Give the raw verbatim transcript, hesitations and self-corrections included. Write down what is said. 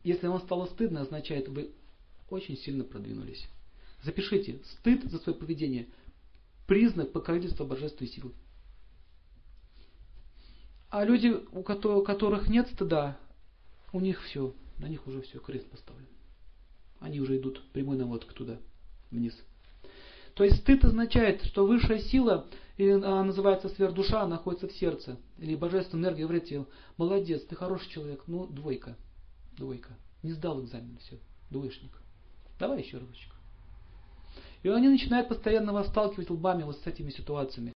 Если вам стало стыдно, означает, вы очень сильно продвинулись. Запишите, стыд за свое поведение – признак покровительства божественной силы. А люди, у которых нет стыда, у них все, на них уже все, крест поставлен. Они уже идут прямой наводкой туда, вниз. То есть стыд означает, что высшая сила, она называется сверхдуша, находится в сердце. Или божественная энергия говорит тебе: молодец, ты хороший человек, ну двойка, двойка. Не сдал экзамен, все, двоечник. Давай еще разочек. И они начинают постоянно вас сталкивать лбами вот с этими ситуациями.